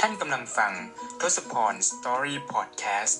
ท่านกำลังฟังทศพร Story Podcast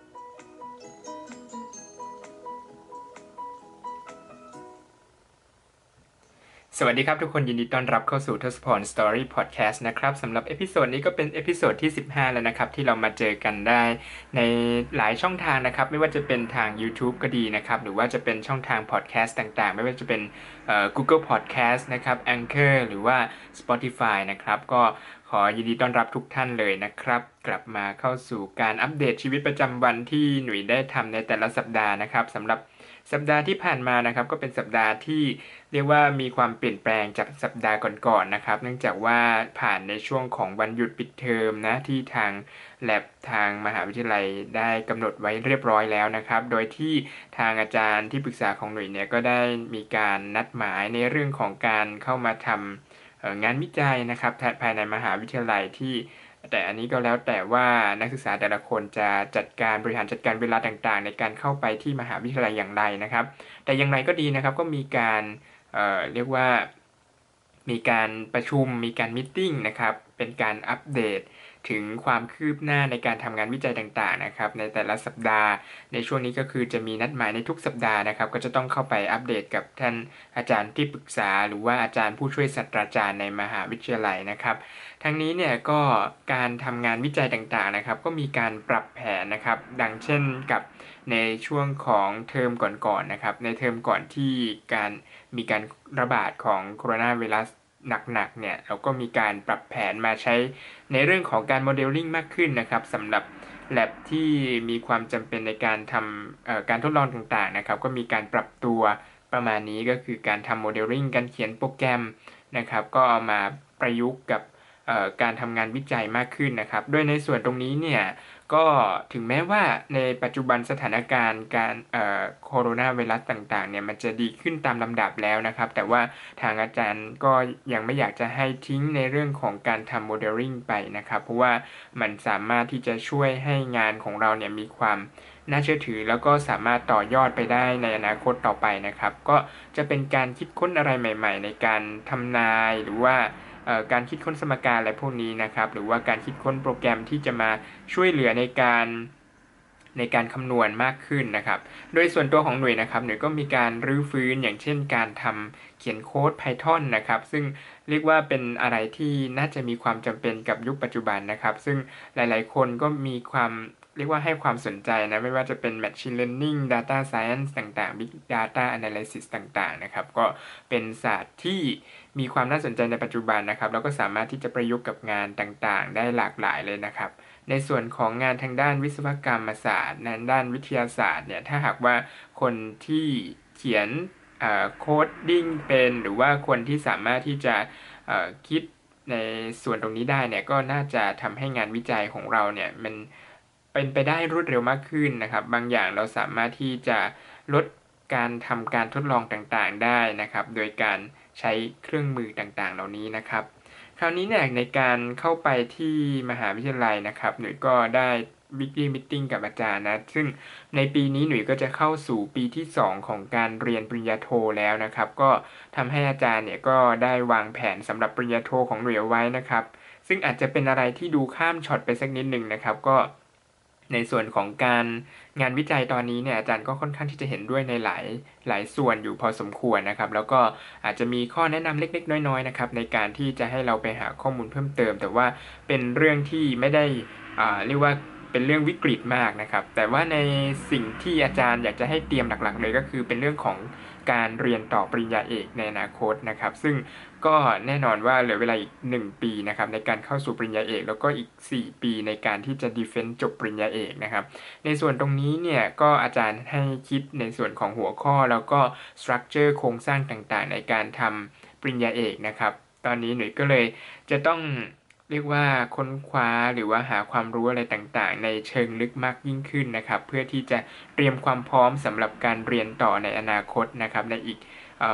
สวัสดีครับทุกคนยินดีต้อนรับเข้าสู่ทศพร Story Podcast นะครับสำหรับเอพิโซดนี้ก็เป็นเอพิโซดที่15แล้วนะครับที่เรามาเจอกันได้ในหลายช่องทางนะครับไม่ว่าจะเป็นทาง YouTube ก็ดีนะครับหรือว่าจะเป็นช่องทาง Podcast ต่างๆไม่ว่าจะเป็นGoogle Podcast นะครับ Anchor หรือว่า Spotify นะครับก็ขอยินดีต้อนรับทุกท่านเลยนะครับกลับมาเข้าสู่การอัปเดตชีวิตประจำวันที่หนุ่ยได้ทำในแต่ละสัปดาห์นะครับสำหรับสัปดาห์ที่ผ่านมานะครับก็เป็นสัปดาห์ที่เรียกว่ามีความเปลี่ยนแปลงจากสัปดาห์ก่อนๆนะครับเนื่องจากว่าผ่านในช่วงของวันหยุดปิดเทอมนะที่ทางแลบทางมหาวิทยาลัยได้กำหนดไว้เรียบร้อยแล้วนะครับโดยที่ทางอาจารย์ที่ปรึกษาของหน่วยเนี่ยก็ได้มีการนัดหมายในเรื่องของการเข้ามาทำงานวิจัยนะครับภายในมหาวิทยาลัยที่แต่อันนี้ก็แล้วแต่ว่านักศึกษาแต่ละคนจะจัดการบริหารจัดการเวลาต่างๆในการเข้าไปที่มหาวิทยาลัยอย่างไรนะครับแต่อย่างไรก็ดีนะครับก็มีการเรียกว่ามีการประชุมมีการมีตติ้งนะครับเป็นการอัปเดตถึงความคืบหน้าในการทำงานวิจัยต่างๆนะครับในแต่ละสัปดาห์ในช่วงนี้ก็คือจะมีนัดหมายในทุกสัปดาห์นะครับก็จะต้องเข้าไปอัปเดตกับท่านอาจารย์ที่ปรึกษาหรือว่าอาจารย์ผู้ช่วยศาสตราจารย์ในมหาวิทยาลัยนะครับทั้งนี้เนี่ยก็การทำงานวิจัยต่างๆนะครับก็มีการปรับแผนนะครับดังเช่นกับในช่วงของเทอมก่อนๆนะครับในเทอมก่อนที่มีการระบาดของโคโรนาไวรัสหนักๆเนี่ยเราก็มีการปรับแผนมาใช้ในเรื่องของการโมเดลลิ่งมากขึ้นนะครับสำหรับ lab ที่มีความจำเป็นในการทำการทดลองต่างๆนะครับก็มีการปรับตัวประมาณนี้ก็คือการทำโมเดลลิ่งการเขียนโปรแกรมนะครับก็เอามาประยุกต์กับการทำงานวิจัยมากขึ้นนะครับโดยในส่วนตรงนี้เนี่ยก็ถึงแม้ว่าในปัจจุบันสถานการณ์การโคโรนาไวรัสต่างๆเนี่ยมันจะดีขึ้นตามลำดับแล้วนะครับแต่ว่าทางอาจารย์ก็ยังไม่อยากจะให้ทิ้งในเรื่องของการทำโมเดลลิ่งไปนะครับเพราะว่ามันสามารถที่จะช่วยให้งานของเราเนี่ยมีความน่าเชื่อถือแล้วก็สามารถต่อยอดไปได้ในอนาคตต่อไปนะครับก็จะเป็นการคิดค้นอะไรใหม่ๆในการทำนายหรือว่าการคิดค้นสมการอะไรพวกนี้นะครับหรือว่าการคิดค้นโปรแกรมที่จะมาช่วยเหลือในการคำนวณมากขึ้นนะครับโดยส่วนตัวของหน่วยนะครับหน่วยก็มีการรื้อฟื้นอย่างเช่นการทำเขียนโค้ด Python นะครับซึ่งเรียกว่าเป็นอะไรที่น่าจะมีความจำเป็นกับยุคปัจจุบันนะครับซึ่งหลายๆคนก็มีความเรียกว่าให้ความสนใจนะไม่ว่าจะเป็น Machine Learning Data Science ต่างๆ Big Data Analysis ต่างๆนะครับก็เป็นศาสตร์ที่มีความน่าสนใจในปัจจุบันนะครับแล้วก็สามารถที่จะประยุกต์กับงานต่างๆได้หลากหลายเลยนะครับในส่วนของงานทางด้านวิศวกรรมศาสตร์ในด้านวิทยาศาสตร์เนี่ยถ้าหากว่าคนที่เขียนโคดดิ้งเป็นหรือว่าคนที่สามารถที่จะคิดในส่วนตรงนี้ได้เนี่ยก็น่าจะทำให้งานวิจัยของเราเนี่ยมันเป็นไปได้รวดเร็วมากขึ้นนะครับบางอย่างเราสามารถที่จะลดการทำการทดลองต่างๆได้นะครับโดยการใช้เครื่องมือต่างๆเหล่านี้นะครับคราวนี้เนี่ยในการเข้าไปที่มหาวิทยาลัยนะครับหนุ่ยก็ได้ weekly meeting กับอาจารย์นะซึ่งในปีนี้หนุ่ยก็จะเข้าสู่ปีที่2ของการเรียนปริญญาโทแล้วนะครับก็ทำให้อาจารย์เนี่ยก็ได้วางแผนสำหรับปริญญาโทของหนุ่ยเอาไว้นะครับซึ่งอาจจะเป็นอะไรที่ดูข้ามช็อตไปสักนิดหนึ่งนะครับก็ในส่วนของการงานวิจัยตอนนี้เนี่ยอาจารย์ก็ค่อนข้างที่จะเห็นด้วยในหลายส่วนอยู่พอสมควรนะครับแล้วก็อาจจะมีข้อแนะนำเล็กๆน้อยๆนะครับในการที่จะให้เราไปหาข้อมูลเพิ่มเติมแต่ว่าเป็นเรื่องที่ไม่ได้เรียกว่าเป็นเรื่องวิกฤตมากนะครับแต่ว่าในสิ่งที่อาจารย์อยากจะให้เตรียมหลักๆเลยก็คือเป็นเรื่องของการเรียนต่อปริญญาเอกในอนาคตนะครับซึ่งก็แน่นอนว่าเหลือเวลาอีก1ปีนะครับในการเข้าสู่ปริญญาเอกแล้วก็อีก4ปีในการที่จะดีเฟนส์จบปริญญาเอกนะครับในส่วนตรงนี้เนี่ยก็อาจารย์ให้คิดในส่วนของหัวข้อแล้วก็สตรัคเจอร์โครงสร้างต่างๆในการทำปริญญาเอกนะครับตอนนี้หนุ่ยก็เลยจะต้องเรียกว่าค้นคว้าหรือว่าหาความรู้อะไรต่างๆในเชิงลึกมากยิ่งขึ้นนะครับเพื่อที่จะเตรียมความพร้อมสำหรับการเรียนต่อในอนาคตนะครับในอีก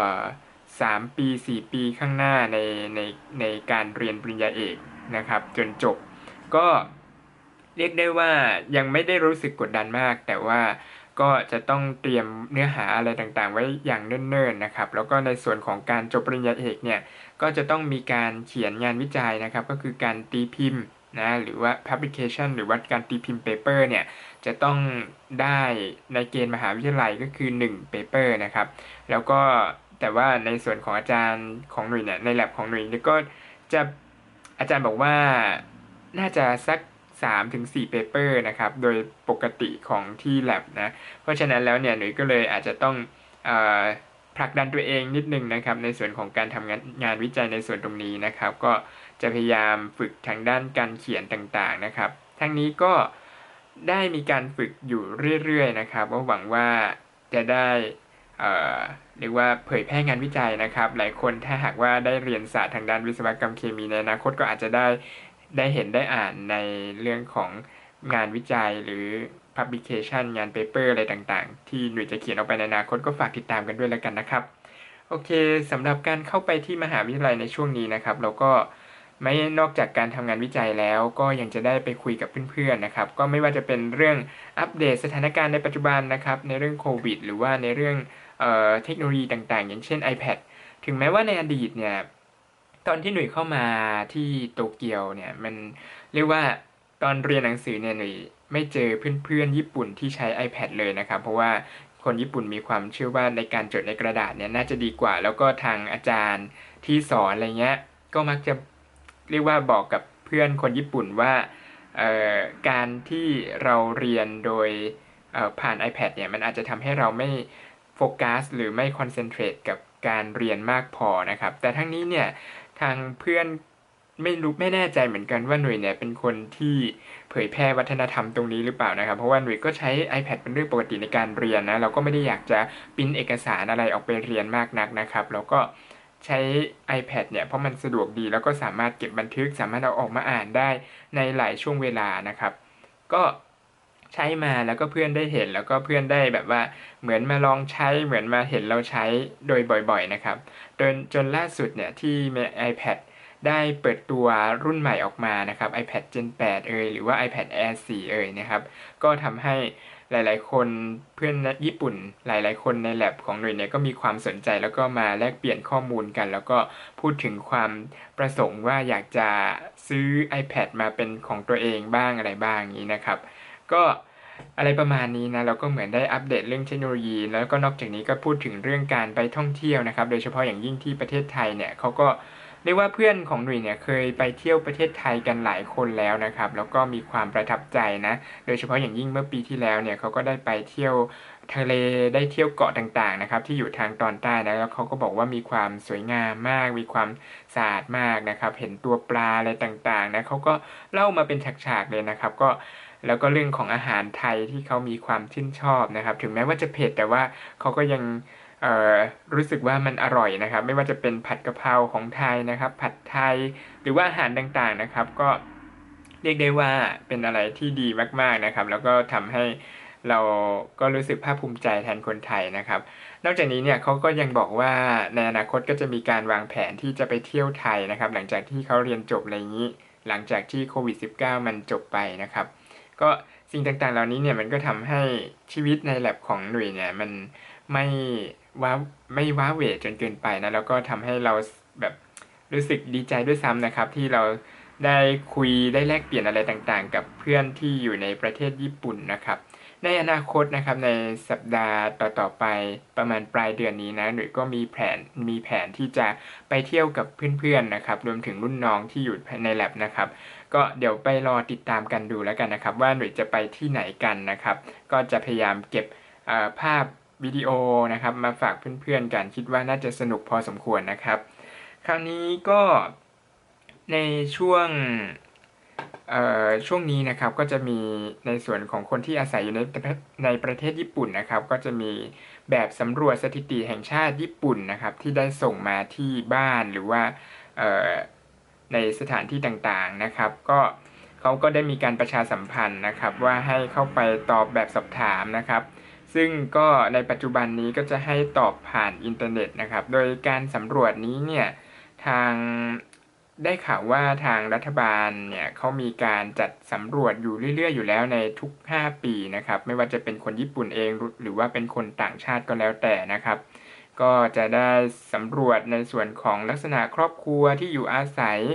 3 ปี 4 ปีข้างหน้าในการเรียนปริญญาเอกนะครับจนจบก็เรียกได้ว่ายังไม่ได้รู้สึกกดดันมากแต่ว่าก็จะต้องเตรียมเนื้อหาอะไรต่างๆไว้อย่างเนิ่นๆนะครับแล้วก็ในส่วนของการจบปริญญาเอกเนี่ยก็จะต้องมีการเขียนงานวิจัยนะครับก็คือการตีพิมพ์นะหรือว่า publication หรือว่าการตีพิมพ์ paper เนี่ยจะต้องได้ในเกณฑ์มหาวิทยาลัยก็คือ1 paper นะครับแล้วก็แต่ว่าในส่วนของอาจารย์ของหน่วยเนี่ยใน lab ของหน่วยเนี่ยก็จะอาจารย์บอกว่าน่าจะสัก3 ถึง 4 paper นะครับโดยปกติของที่ lab นะเพราะฉะนั้นแล้วเนี่ยหน่วยก็เลยอาจจะต้องเอ่อผลักดันตัวเองนิดนึงนะครับในส่วนของการทำงานวิจัยในส่วนตรงนี้นะครับก็จะพยายามฝึกทางด้านการเขียนต่างๆนะครับทั้งนี้ก็ได้มีการฝึกอยู่เรื่อยๆนะครับก็หวังว่าจะได้เอ่อเรียกว่าเผยแพร่งานวิจัยนะครับหลายคนถ้าหากว่าได้เรียนศาสตร์ทางด้านวิศวกรรมเคมีในอนาคตก็อาจจะได้เห็นได้อ่านในเรื่องของงานวิจัยหรือ publication งาน paper อะไรต่างๆที่หน่วยจะเขียนออกไปในอนาคตก็ฝากติดตามกันด้วยแล้วกันนะครับโอเคสำหรับการเข้าไปที่มหาวิทยาลัยในช่วงนี้นะครับเราก็ไม่นอกจากการทำงานวิจัยแล้วก็ยังจะได้ไปคุยกับเพื่อนๆนะครับก็ไม่ว่าจะเป็นเรื่องอัปเดตสถานการณ์ในปัจจุบันนะครับในเรื่องโควิดหรือว่าในเรื่องเทคโนโลยีต่างๆอย่างเช่น iPad ถึงแม้ว่าในอดีตเนี่ยตอนที่หนุ่ยเข้ามาที่โตเกียวเนี่ยมันเรียกว่าตอนเรียนหนังสือเนี่ยหนุ่ยไม่เจอเพื่อนๆญี่ปุ่นที่ใช้ iPad เลยนะครับเพราะว่าคนญี่ปุ่นมีความเชื่อว่าในการจดในกระดาษเนี่ยน่าจะดีกว่าแล้วก็ทางอาจารย์ที่สอนอะไรเงี้ยก็มักจะเรียกว่าบอกกับเพื่อนคนญี่ปุ่นว่าการที่เราเรียนโดยผ่าน iPad เนี่ยมันอาจจะทำให้เราไม่โฟกัสหรือไม่คอนเซนเทรตกับการเรียนมากพอนะครับแต่ทั้งนี้เนี่ยทางเพื่อนไม่แน่ใจเหมือนกันว่าหน่วยเนี่ยเป็นคนที่เผยแพร่วัฒนธรรมตรงนี้หรือเปล่านะครับเพราะว่าหน่วยก็ใช้ iPad เป็นเรื่องปกติในการเรียนนะเราก็ไม่ได้อยากจะปริ้นเอกสารอะไรออกไปเรียนมากนักนะครับแล้วก็ใช้ iPad เนี่ยเพราะมันสะดวกดีแล้วก็สามารถเก็บบันทึกสามารถเอาออกมาอ่านได้ในหลายช่วงเวลานะครับก็ใช้มาแล้วก็เพื่อนได้เห็นแล้วก็เพื่อนได้แบบว่าเหมือนมาลองใช้เหมือนมาเห็นเราใช้โดยบ่อยๆนะครับจนล่าสุดเนี่ยที่ iPad ได้เปิดตัวรุ่นใหม่ออกมานะครับ iPad Gen 8หรือว่า iPad Air 4นะครับก็ทำให้หลายๆคนเพื่อนญี่ปุ่นหลายๆคนใน lab ของหน่วยเนี่ยก็มีความสนใจแล้วก็มาแลกเปลี่ยนข้อมูลกันแล้วก็พูดถึงความประสงค์ว่าอยากจะซื้อ iPad มาเป็นของตัวเองบ้างอะไรบ้างอย่างนี้นะครับก็อะไรประมาณนี้นะเราก็เหมือนได้อัปเดตเรื่องเทคโนโลยีแล้วก็นอกจากนี้ก็พูดถึงเรื่องการไปท่องเที่ยวนะครับโดยเฉพาะอย่างยิ่งที่ประเทศไทยเนี่ยเขาก็เรียกว่าเพื่อนของหนุ่ยเนี่ยเคยไปเที่ยวประเทศไทยกันหลายคนแล้วนะครับแล้วก็มีความประทับใจนะโดยเฉพาะอย่างยิ่งเมื่อปีที่แล้วเนี่ยเขาก็ได้ไปเที่ยวทะเลได้เที่ยวเกาะต่างๆนะครับที่อยู่ทางตอนใต้นะแล้วเขาก็บอกว่ามีความสวยงามมากมีความสะอาดมากนะครับเห็นตัวปลาอะไรต่างๆนะเขาก็เล่ามาเป็นฉากๆเลยนะครับก็แล้วก็เรื่องของอาหารไทยที่เขามีความชื่นชอบนะครับถึงแม้ว่าจะเผ็ดแต่ว่าเขาก็ยังเอ่อรู้สึกว่ามันอร่อยนะครับไม่ว่าจะเป็นผัดกะเพราของไทยนะครับผัดไทยหรือว่าอาหารต่างๆนะครับก็เรียกได้ว่าเป็นอะไรที่ดีมากๆนะครับแล้วก็ทำให้เราก็รู้สึกภาคภูมิใจแทนคนไทยนะครับนอกจากนี้เนี่ยเขาก็ยังบอกว่าในอนาคตก็จะมีการวางแผนที่จะไปเที่ยวไทยนะครับหลังจากที่เขาเรียนจบอะไรอย่างนี้หลังจากที่โควิด -19 มันจบไปนะครับ ก็สิ่งต่างๆเหล่านี้เนี่ยมันก็ทำให้ชีวิตใน lab ของหนุ่ยเนี่ยมันไม่ว้าไม่ว้าเหวจนเกินไปนะแล้วก็ทำให้เราแบบรู้สึกดีใจด้วยซ้ำนะครับที่เราได้คุยได้แลกเปลี่ยนอะไรต่างๆกับเพื่อนที่อยู่ในประเทศญี่ปุ่นนะครับในอนาคตนะครับในสัปดาห์ต่อๆไปประมาณปลายเดือนนี้นะหนุ่ยก็มีแผนที่จะไปเที่ยวกับเพื่อนๆนะครับรวมถึงรุ่นน้องที่อยู่ใน lab นะครับก็เดี๋ยวไปรอติดตามกันดูแล้วกันนะครับว่าหนุ่ยจะไปที่ไหนกันนะครับก็จะพยายามเก็บภาพวิดีโอนะครับมาฝากเพื่อนๆกันคิดว่าน่าจะสนุกพอสมควรนะครับคราวนี้ก็ในช่วงช่วงนี้นะครับก็จะมีในส่วนของคนที่อาศัยอยู่ในประเทศญี่ปุ่นนะครับก็จะมีแบบสำรวจสถิติแห่งชาติญี่ปุ่นนะครับที่ได้ส่งมาที่บ้านหรือว่าในสถานที่ต่างๆนะครับก็เขาก็ได้มีการประชาสัมพันธ์นะครับว่าให้เข้าไปตอบแบบสอบถามนะครับซึ่งก็ในปัจจุบันนี้ก็จะให้ตอบผ่านอินเทอร์เน็ตนะครับโดยการสำรวจนี้เนี่ยทางได้ข่าวว่าทางรัฐบาลเนี่ยเขามีการจัดสำรวจอยู่เรื่อยๆอยู่แล้วในทุก5ปีนะครับไม่ว่าจะเป็นคนญี่ปุ่นเองหรือว่าเป็นคนต่างชาติก็แล้วแต่นะครับก็จะได้สำรวจในส่วนของลักษณะครอบครัวที่อยู่อาศัย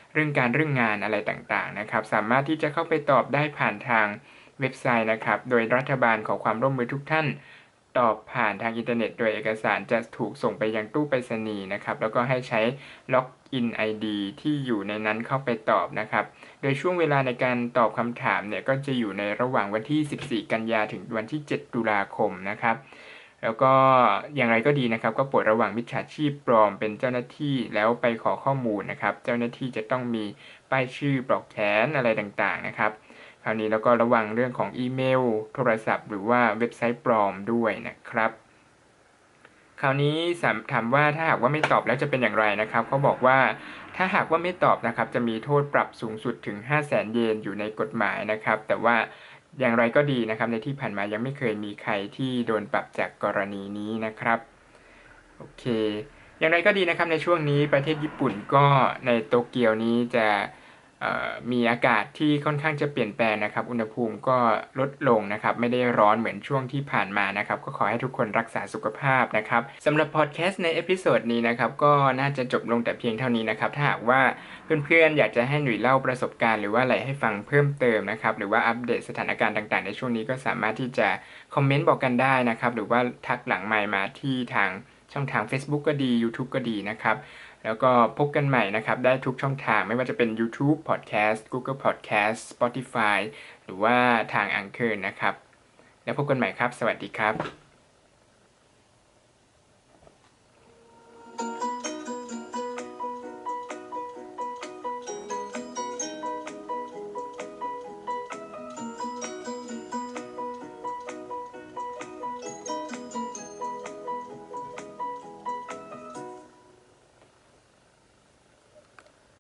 เรื่องงานอะไรต่างๆนะครับสามารถที่จะเข้าไปตอบได้ผ่านทางเว็บไซต์นะครับโดยรัฐบาลขอความร่วมมือทุกท่านตอบผ่านทางอินเทอร์เน็ตโดยเอกสารจะถูกส่งไปยังตู้ไปรษณีย์นะครับแล้วก็ให้ใช้ล็อกอิน ID ที่อยู่ในนั้นเข้าไปตอบนะครับโดยช่วงเวลาในการตอบคำถามเนี่ยก็จะอยู่ในระหว่างวันที่ 14 กันยาถึงวันที่ 7 ตุลาคมนะครับแล้วก็อย่างไรก็ดีนะครับก็โปรดระวังมิจฉาชีพปลอมเป็นเจ้าหน้าที่แล้วไปขอข้อมูลนะครับเจ้าหน้าที่จะต้องมีป้ายชื่อปลอกแขนอะไรต่างๆนะครับคราวนี้แล้วก็ระวังเรื่องของอีเมลโทรศัพท์หรือว่าเว็บไซต์ปลอมด้วยนะครับคราวนี้ถามว่าถ้าหากว่าไม่ตอบแล้วจะเป็นอย่างไรนะครับเขาบอกว่าถ้าหากว่าไม่ตอบนะครับจะมีโทษปรับสูงสุดถึง 500,000 เยนอยู่ในกฎหมายนะครับแต่ว่าอย่างไรก็ดีนะครับในที่ผ่านมายังไม่เคยมีใครที่โดนปรับจากกรณีนี้นะครับโอเคอย่างไรก็ดีนะครับในช่วงนี้ประเทศญี่ปุ่นก็ในโตเกียวนี้จะมีอากาศที่ค่อนข้างจะเปลี่ยนแปลงนะครับอุณหภูมิก็ลดลงนะครับไม่ได้ร้อนเหมือนช่วงที่ผ่านมานะครับก็ขอให้ทุกคนรักษาสุขภาพนะครับสำหรับพอดแคสต์ในเอพิโซดนี้นะครับก็น่าจะจบลงแต่เพียงเท่านี้นะครับถ้าหากว่าเพื่อนๆอยากจะให้หนุ่ยเล่าประสบการณ์หรือว่าอะไรให้ฟังเพิ่มเติมนะครับหรือว่าอัปเดตสถานการณ์ต่างๆในช่วงนี้ก็สามารถที่จะคอมเมนต์บอกกันได้นะครับหรือว่าทักหลังไมค์มาที่ทางช่องทาง Facebook ก็ดี YouTube ก็ดีนะครับแล้วก็พบกันใหม่นะครับได้ทุกช่องทางไม่ว่าจะเป็น YouTube Podcast Google Podcast Spotify หรือว่าทาง Anchor นะครับแล้วพบกันใหม่ครับสวัสดีครับ